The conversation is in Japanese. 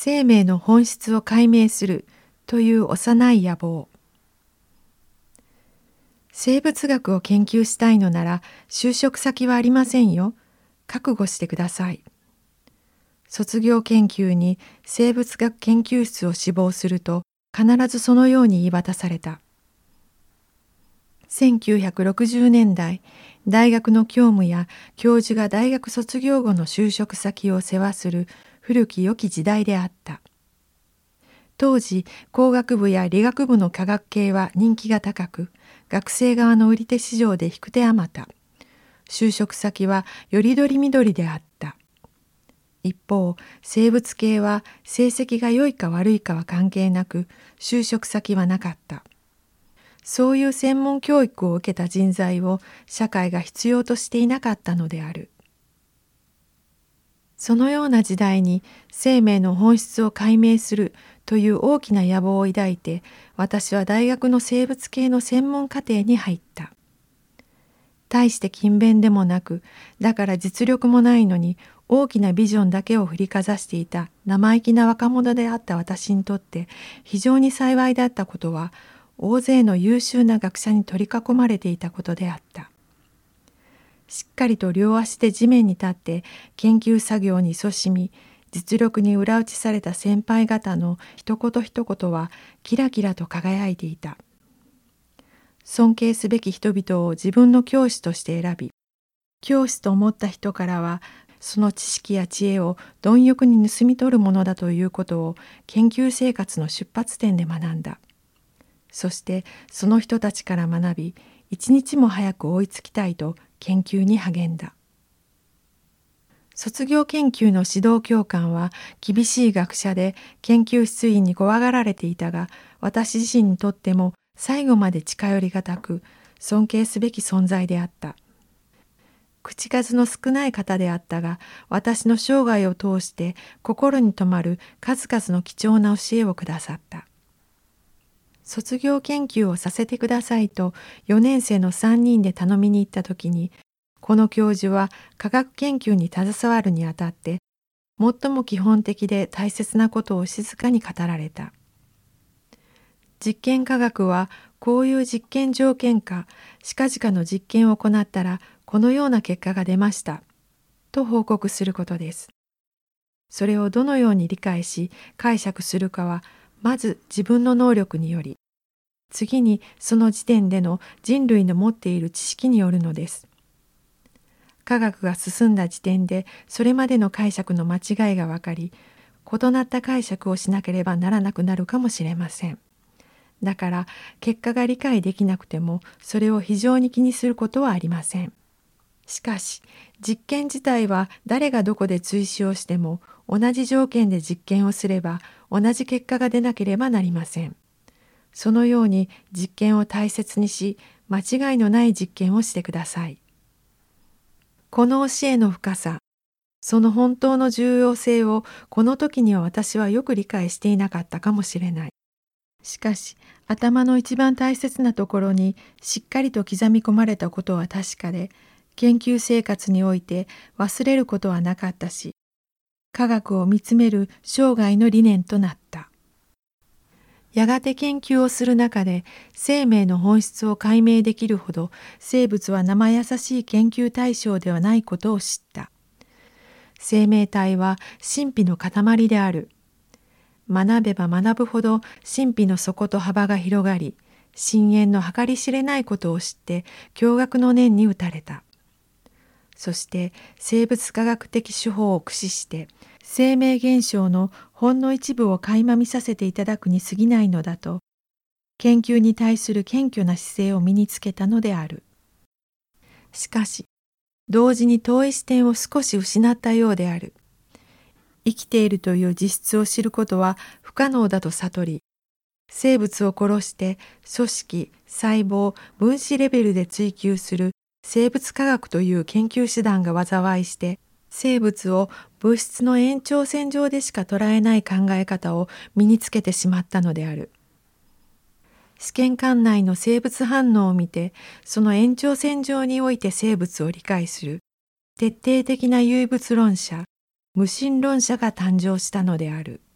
生命の本質を解明するという幼い野望。生物学を研究したいのなら就職先はありませんよ。覚悟してください。卒業研究に生物学研究室を志望すると必ずそのように言い渡された。1960年代、大学の教務や教授が大学卒業後の就職先を世話する古き良き時代であった。当時、工学部や理学部の科学系は人気が高く、学生側の売り手市場で引く手あまた。就職先はよりどりみどりであった。一方、生物系は成績が良いか悪いかは関係なく、就職先はなかった。そういう専門教育を受けた人材を社会が必要としていなかったのである。そのような時代に生命の本質を解明するという大きな野望を抱いて、私は大学の生物系の専門課程に入った。大して勤勉でもなく、だから実力もないのに大きなビジョンだけを振りかざしていた生意気な若者であった私にとって非常に幸いだったことは、大勢の優秀な学者に取り囲まれていたことであった。しっかりと両足で地面に立って研究作業に勤しみ、実力に裏打ちされた先輩方の一言一言はキラキラと輝いていた。尊敬すべき人々を自分の教師として選び、教師と思った人からはその知識や知恵を貪欲に盗み取るものだということを研究生活の出発点で学んだ。そしてその人たちから学び、一日も早く追いつきたいと研究に励んだ。卒業研究の指導教官は厳しい学者で研究室員に怖がられていたが、私自身にとっても最後まで近寄りがたく尊敬すべき存在であった。口数の少ない方であったが、私の生涯を通して心に留まる数々の貴重な教えをくださった。卒業研究をさせてくださいと4年生の3人で頼みに行ったときに、この教授は科学研究に携わるにあたって最も基本的で大切なことを静かに語られた。実験科学はこういう実験条件下、近々の実験を行ったらこのような結果が出ましたと報告することです。それをどのように理解し解釈するかは、まず自分の能力により、次にその時点での人類の持っている知識によるのです。科学が進んだ時点でそれまでの解釈の間違いが分かり、異なった解釈をしなければならなくなるかもしれません。だから結果が理解できなくてもそれを非常に気にすることはありません。しかし実験自体は誰がどこで追試をしても同じ条件で実験をすれば同じ結果が出なければなりません。そのように実験を大切にし、間違いのない実験をしてください。この教えの深さ、その本当の重要性をこの時には私はよく理解していなかったかもしれない。しかし頭の一番大切なところにしっかりと刻み込まれたことは確かで、研究生活において忘れることはなかったし、科学を見つめる生涯の理念となった。やがて研究をする中で生命の本質を解明できるほど生物は生優しい研究対象ではないことを知った。生命体は神秘の塊である。学べば学ぶほど神秘の底と幅が広がり、深淵の計り知れないことを知って驚愕の念に打たれた。そして生物科学的手法を駆使して生命現象のほんの一部を垣間見させていただくに過ぎないのだと、研究に対する謙虚な姿勢を身につけたのである。しかし同時に遠い視点を少し失ったようである。生きているという実質を知ることは不可能だと悟り、生物を殺して組織、細胞、分子レベルで追求する生物科学という研究手段が災いして、生物を物質の延長線上でしか捉えない考え方を身につけてしまったのである。試験管内の生物反応を見て、その延長線上において生物を理解する徹底的な唯物論者、無神論者が誕生したのである。